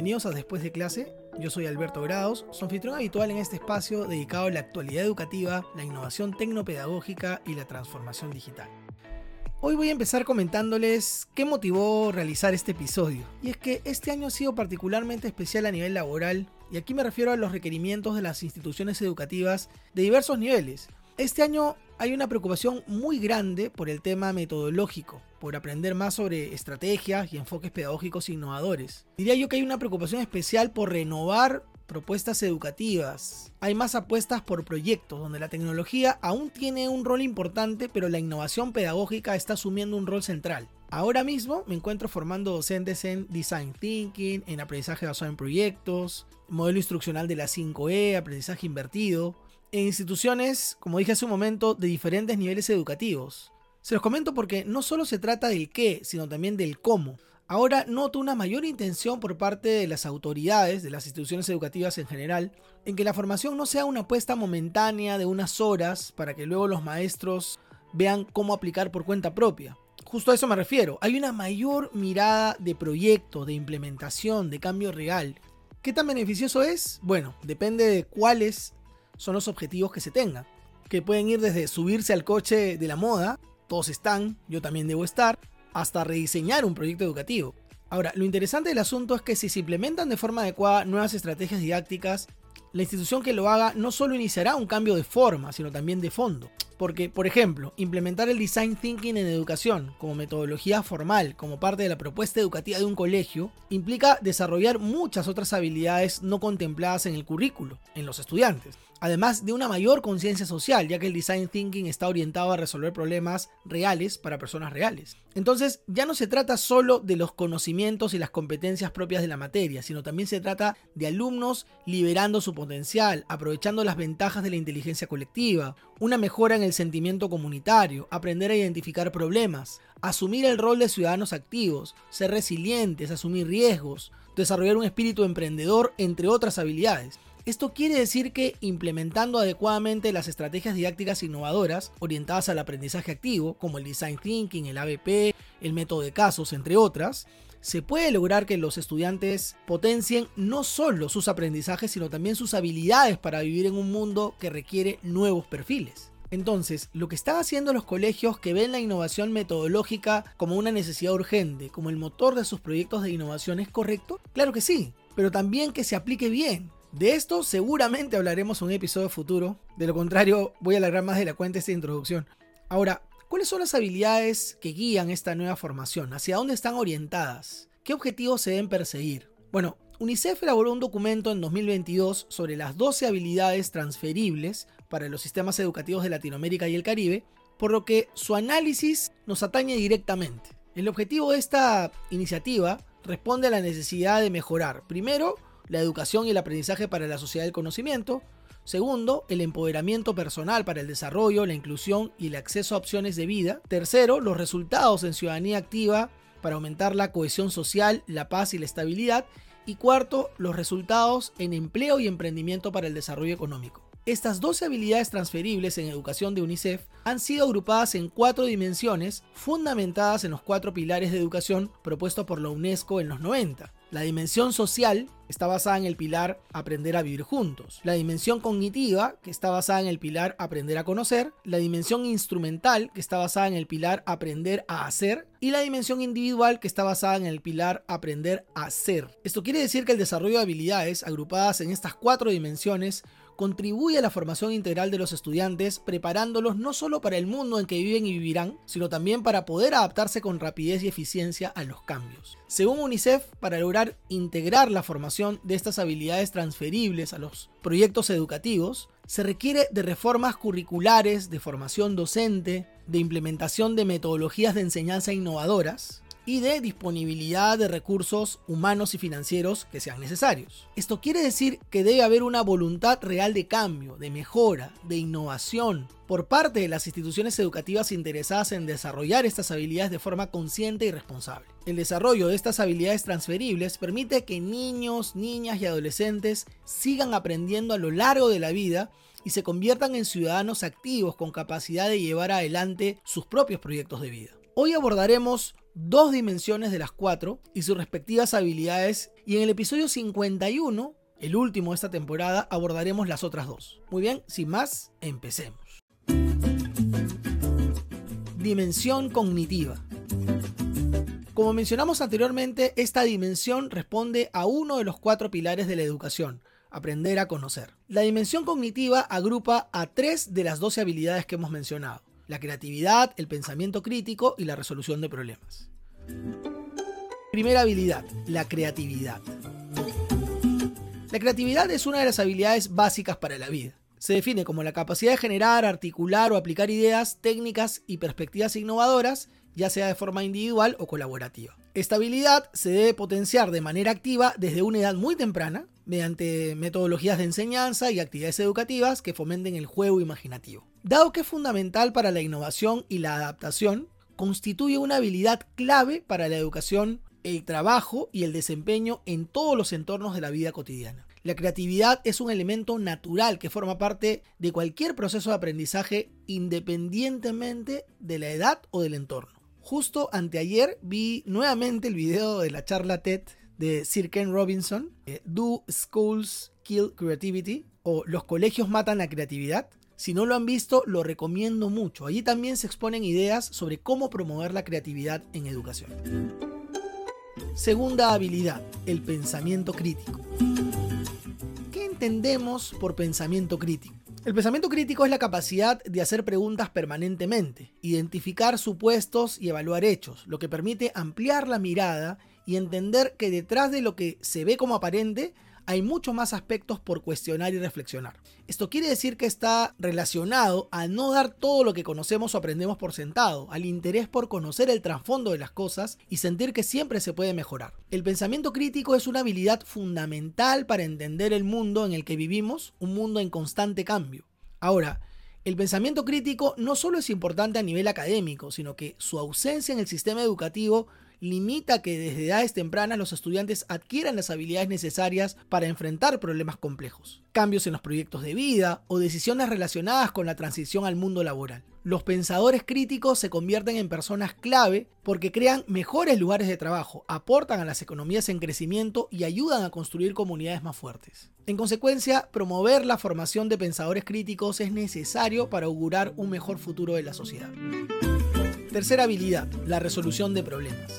bienvenidos a Después de Clase. Yo soy Alberto Grados, su anfitrión habitual en este espacio dedicado a la actualidad educativa, la innovación tecnopedagógica y la transformación digital. Hoy voy a empezar comentándoles qué motivó realizar este episodio. Y es que este año ha sido particularmente especial a nivel laboral, y aquí me refiero a los requerimientos de las instituciones educativas de diversos niveles. Este año hay una preocupación muy grande por el tema metodológico, por aprender más sobre estrategias y enfoques pedagógicos innovadores. Diría yo que hay una preocupación especial por renovar propuestas educativas. Hay más apuestas por proyectos, donde la tecnología aún tiene un rol importante, pero la innovación pedagógica está asumiendo un rol central. Ahora mismo me encuentro formando docentes en Design Thinking, en aprendizaje basado en proyectos, modelo instruccional de la 5E, aprendizaje invertido, en instituciones, como dije hace un momento, de diferentes niveles educativos. Se los comento porque no solo se trata del qué, sino también del cómo. Ahora noto una mayor intención por parte de las autoridades, de las instituciones educativas en general, en que la formación no sea una apuesta momentánea de unas horas para que luego los maestros vean cómo aplicar por cuenta propia. Justo a eso me refiero. Hay una mayor mirada de proyecto, de implementación, de cambio real. ¿Qué tan beneficioso es? Bueno, depende de cuáles son los objetivos que se tengan, que pueden ir desde subirse al coche de la moda, todos están, yo también debo estar, hasta rediseñar un proyecto educativo. Ahora, lo interesante del asunto es que si se implementan de forma adecuada nuevas estrategias didácticas, la institución que lo haga no solo iniciará un cambio de forma, sino también de fondo. Porque, por ejemplo, implementar el Design Thinking en educación como metodología formal, como parte de la propuesta educativa de un colegio, implica desarrollar muchas otras habilidades no contempladas en el currículo, en los estudiantes. Además de una mayor conciencia social, ya que el Design Thinking está orientado a resolver problemas reales para personas reales. Entonces, ya no se trata solo de los conocimientos y las competencias propias de la materia, sino también se trata de alumnos liberando su potencial, aprovechando las ventajas de la inteligencia colectiva, una mejora en el sentimiento comunitario, aprender a identificar problemas, asumir el rol de ciudadanos activos, ser resilientes, asumir riesgos, desarrollar un espíritu emprendedor, entre otras habilidades. Esto quiere decir que implementando adecuadamente las estrategias didácticas innovadoras orientadas al aprendizaje activo, como el Design Thinking, el ABP, el método de casos, entre otras, se puede lograr que los estudiantes potencien no solo sus aprendizajes, sino también sus habilidades para vivir en un mundo que requiere nuevos perfiles. Entonces, lo que están haciendo los colegios que ven la innovación metodológica como una necesidad urgente, como el motor de sus proyectos de innovación, ¿es correcto? Claro que sí, pero también que se aplique bien. De esto seguramente hablaremos en un episodio futuro, de lo contrario voy a alargar más de la cuenta esta introducción. Ahora, ¿cuáles son las habilidades que guían esta nueva formación? ¿Hacia dónde están orientadas? ¿Qué objetivos se deben perseguir? Bueno, UNICEF elaboró un documento en 2022 sobre las 12 habilidades transferibles para los sistemas educativos de Latinoamérica y el Caribe, por lo que su análisis nos atañe directamente. El objetivo de esta iniciativa responde a la necesidad de mejorar, primero, la educación y el aprendizaje para la sociedad del conocimiento. Segundo, el empoderamiento personal para el desarrollo, la inclusión y el acceso a opciones de vida. Tercero, los resultados en ciudadanía activa para aumentar la cohesión social, la paz y la estabilidad. Y cuarto, los resultados en empleo y emprendimiento para el desarrollo económico. Estas 12 habilidades transferibles en educación de UNICEF han sido agrupadas en 4 dimensiones fundamentadas en los 4 pilares de educación propuestos por la UNESCO en los 90. La dimensión social está basada en el pilar aprender a vivir juntos. La dimensión cognitiva, que está basada en el pilar aprender a conocer. La dimensión instrumental, que está basada en el pilar aprender a hacer. Y la dimensión individual, que está basada en el pilar aprender a ser. Esto quiere decir que el desarrollo de habilidades agrupadas en estas 4 dimensiones contribuye a la formación integral de los estudiantes, preparándolos no solo para el mundo en que viven y vivirán, sino también para poder adaptarse con rapidez y eficiencia a los cambios. Según UNICEF, para lograr integrar la formación de estas habilidades transferibles a los proyectos educativos, se requiere de reformas curriculares, de formación docente, de implementación de metodologías de enseñanza innovadoras, y de disponibilidad de recursos humanos y financieros que sean necesarios. Esto quiere decir que debe haber una voluntad real de cambio, de mejora, de innovación por parte de las instituciones educativas interesadas en desarrollar estas habilidades de forma consciente y responsable. El desarrollo de estas habilidades transferibles permite que niños, niñas y adolescentes sigan aprendiendo a lo largo de la vida y se conviertan en ciudadanos activos con capacidad de llevar adelante sus propios proyectos de vida. Hoy abordaremos 2 dimensiones de las 4 y sus respectivas habilidades, y en el episodio 51, el último de esta temporada, abordaremos las otras 2. Muy bien, sin más, empecemos. Dimensión cognitiva. Como mencionamos anteriormente, esta dimensión responde a uno de los 4 pilares de la educación: aprender a conocer. La dimensión cognitiva agrupa a 3 de las 12 habilidades que hemos mencionado: la creatividad, el pensamiento crítico y la resolución de problemas. Primera habilidad, la creatividad. La creatividad es una de las habilidades básicas para la vida. Se define como la capacidad de generar, articular o aplicar ideas, técnicas y perspectivas innovadoras, ya sea de forma individual o colaborativa. Esta habilidad se debe potenciar de manera activa desde una edad muy temprana, mediante metodologías de enseñanza y actividades educativas que fomenten el juego imaginativo. Dado que es fundamental para la innovación y la adaptación, constituye una habilidad clave para la educación, el trabajo y el desempeño en todos los entornos de la vida cotidiana. La creatividad es un elemento natural que forma parte de cualquier proceso de aprendizaje, independientemente de la edad o del entorno. Justo anteayer vi nuevamente el video de la charla TED de Sir Ken Robinson, Do Schools Kill Creativity? O Los colegios matan la creatividad. Si no lo han visto, lo recomiendo mucho. Allí también se exponen ideas sobre cómo promover la creatividad en educación. Segunda habilidad, el pensamiento crítico. ¿Qué entendemos por pensamiento crítico? El pensamiento crítico es la capacidad de hacer preguntas permanentemente, identificar supuestos y evaluar hechos, lo que permite ampliar la mirada y entender que detrás de lo que se ve como aparente hay muchos más aspectos por cuestionar y reflexionar. Esto quiere decir que está relacionado a no dar todo lo que conocemos o aprendemos por sentado, al interés por conocer el trasfondo de las cosas y sentir que siempre se puede mejorar. El pensamiento crítico es una habilidad fundamental para entender el mundo en el que vivimos, un mundo en constante cambio. Ahora, el pensamiento crítico no solo es importante a nivel académico, sino que su ausencia en el sistema educativo limita que desde edades tempranas los estudiantes adquieran las habilidades necesarias para enfrentar problemas complejos, cambios en los proyectos de vida o decisiones relacionadas con la transición al mundo laboral. Los pensadores críticos se convierten en personas clave porque crean mejores lugares de trabajo, aportan a las economías en crecimiento y ayudan a construir comunidades más fuertes. En consecuencia, promover la formación de pensadores críticos es necesario para augurar un mejor futuro de la sociedad. Tercera habilidad, la resolución de problemas.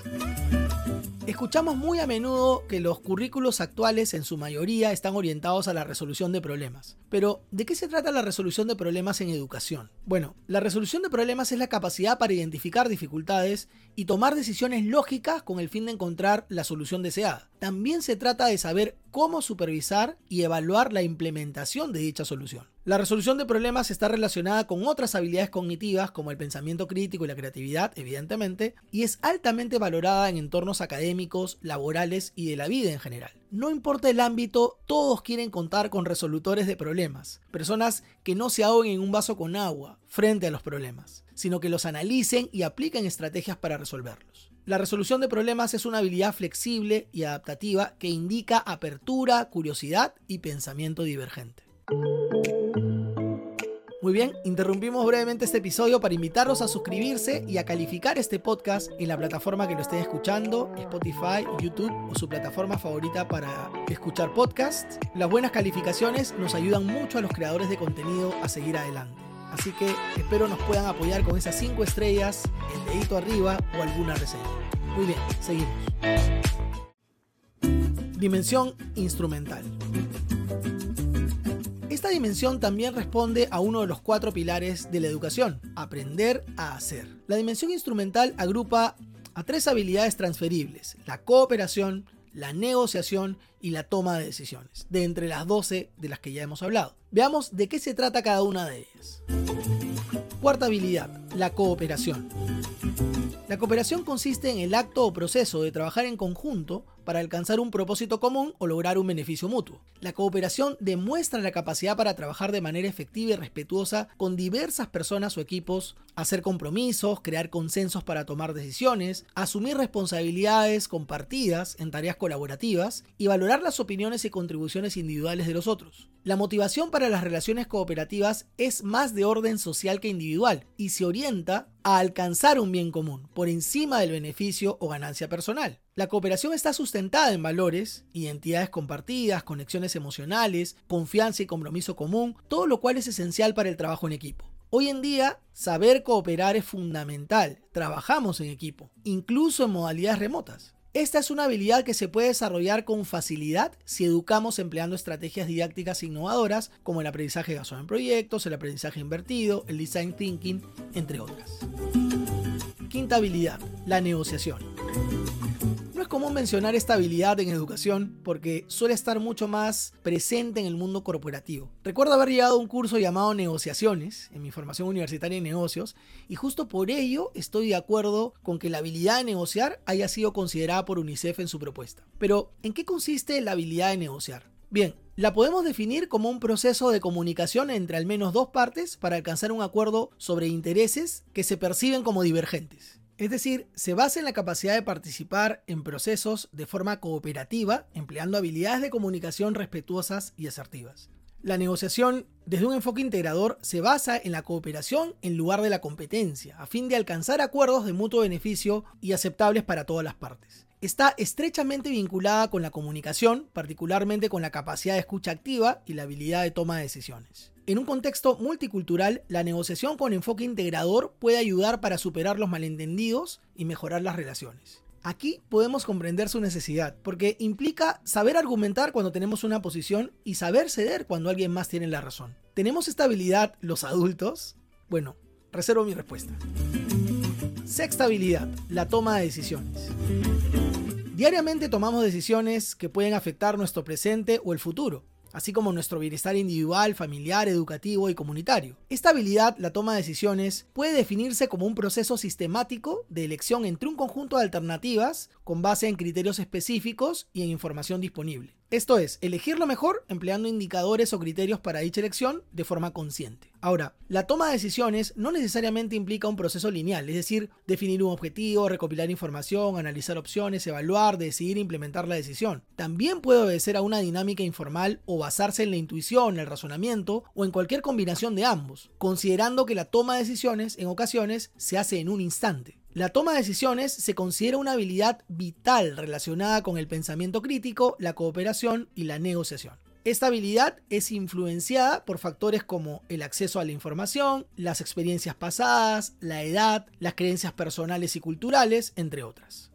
Escuchamos muy a menudo que los currículos actuales en su mayoría están orientados a la resolución de problemas. Pero, ¿de qué se trata la resolución de problemas en educación? Bueno, la resolución de problemas es la capacidad para identificar dificultades y tomar decisiones lógicas con el fin de encontrar la solución deseada. También se trata de saber cómo supervisar y evaluar la implementación de dicha solución. La resolución de problemas está relacionada con otras habilidades cognitivas como el pensamiento crítico y la creatividad, evidentemente, y es altamente valorada en entornos académicos, laborales y de la vida en general. No importa el ámbito, todos quieren contar con resolutores de problemas, personas que no se ahoguen en un vaso con agua frente a los problemas, sino que los analicen y apliquen estrategias para resolverlos. La resolución de problemas es una habilidad flexible y adaptativa que indica apertura, curiosidad y pensamiento divergente. Muy bien, interrumpimos brevemente este episodio para invitarlos a suscribirse y a calificar este podcast en la plataforma que lo estén escuchando, Spotify, YouTube o su plataforma favorita para escuchar podcasts. Las buenas calificaciones nos ayudan mucho a los creadores de contenido a seguir adelante. Así que espero nos puedan apoyar con esas 5 estrellas, el dedito arriba o alguna reseña. Muy bien, seguimos. Dimensión instrumental. Esta dimensión también responde a uno de los 4 pilares de la educación: aprender a hacer. La dimensión instrumental agrupa a 3 habilidades transferibles: la cooperación, la negociación y la toma de decisiones, de entre las 12 de las que ya hemos hablado. Veamos de qué se trata cada una de ellas. Cuarta habilidad, la cooperación. La cooperación consiste en el acto o proceso de trabajar en conjunto para alcanzar un propósito común o lograr un beneficio mutuo. La cooperación demuestra la capacidad para trabajar de manera efectiva y respetuosa con diversas personas o equipos, hacer compromisos, crear consensos para tomar decisiones, asumir responsabilidades compartidas en tareas colaborativas y valorar las opiniones y contribuciones individuales de los otros. La motivación para las relaciones cooperativas es más de orden social que individual y se orienta a alcanzar un bien común por encima del beneficio o ganancia personal. La cooperación está sustentada en valores, identidades compartidas, conexiones emocionales, confianza y compromiso común, todo lo cual es esencial para el trabajo en equipo. Hoy en día, saber cooperar es fundamental. Trabajamos en equipo, incluso en modalidades remotas. Esta es una habilidad que se puede desarrollar con facilidad si educamos empleando estrategias didácticas innovadoras como el aprendizaje basado en proyectos, el aprendizaje invertido, el design thinking, entre otras. Quinta habilidad, la negociación. No es común mencionar esta habilidad en educación porque suele estar mucho más presente en el mundo corporativo. Recuerdo haber llevado un curso llamado Negociaciones en mi formación universitaria en negocios y justo por ello estoy de acuerdo con que la habilidad de negociar haya sido considerada por UNICEF en su propuesta. Pero, ¿en qué consiste la habilidad de negociar? Bien, la podemos definir como un proceso de comunicación entre al menos dos partes para alcanzar un acuerdo sobre intereses que se perciben como divergentes. Es decir, se basa en la capacidad de participar en procesos de forma cooperativa, empleando habilidades de comunicación respetuosas y asertivas. La negociación, desde un enfoque integrador, se basa en la cooperación en lugar de la competencia, a fin de alcanzar acuerdos de mutuo beneficio y aceptables para todas las partes. Está estrechamente vinculada con la comunicación, particularmente con la capacidad de escucha activa y la habilidad de toma de decisiones. En un contexto multicultural, la negociación con enfoque integrador puede ayudar para superar los malentendidos y mejorar las relaciones. Aquí podemos comprender su necesidad, porque implica saber argumentar cuando tenemos una posición y saber ceder cuando alguien más tiene la razón. ¿Tenemos esta habilidad los adultos? Bueno, reservo mi respuesta. Sexta habilidad, la toma de decisiones. Diariamente tomamos decisiones que pueden afectar nuestro presente o el futuro, así como nuestro bienestar individual, familiar, educativo y comunitario. Esta habilidad, la toma de decisiones, puede definirse como un proceso sistemático de elección entre un conjunto de alternativas con base en criterios específicos y en información disponible. Esto es, elegir lo mejor empleando indicadores o criterios para dicha elección de forma consciente. Ahora, la toma de decisiones no necesariamente implica un proceso lineal, es decir, definir un objetivo, recopilar información, analizar opciones, evaluar, decidir e implementar la decisión. También puede obedecer a una dinámica informal o basarse en la intuición, el razonamiento o en cualquier combinación de ambos, considerando que la toma de decisiones en ocasiones se hace en un instante. La toma de decisiones se considera una habilidad vital relacionada con el pensamiento crítico, la cooperación y la negociación. Esta habilidad es influenciada por factores como el acceso a la información, las experiencias pasadas, la edad, las creencias personales y culturales, entre otras.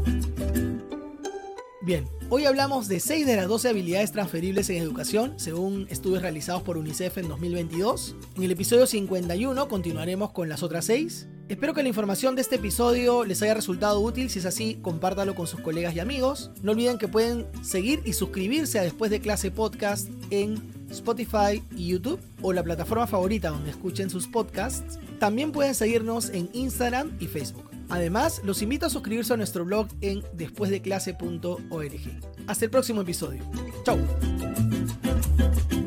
Bien, hoy hablamos de 6 de las 12 habilidades transferibles en educación, según estudios realizados por UNICEF en 2022. En el episodio 51 continuaremos con las otras 6. Espero que la información de este episodio les haya resultado útil. Si es así, compártalo con sus colegas y amigos. No olviden que pueden seguir y suscribirse a Después de Clase Podcast en Spotify y YouTube o la plataforma favorita donde escuchen sus podcasts. También pueden seguirnos en Instagram y Facebook. Además, los invito a suscribirse a nuestro blog en despuesdeclase.org. Hasta el próximo episodio. ¡Chao!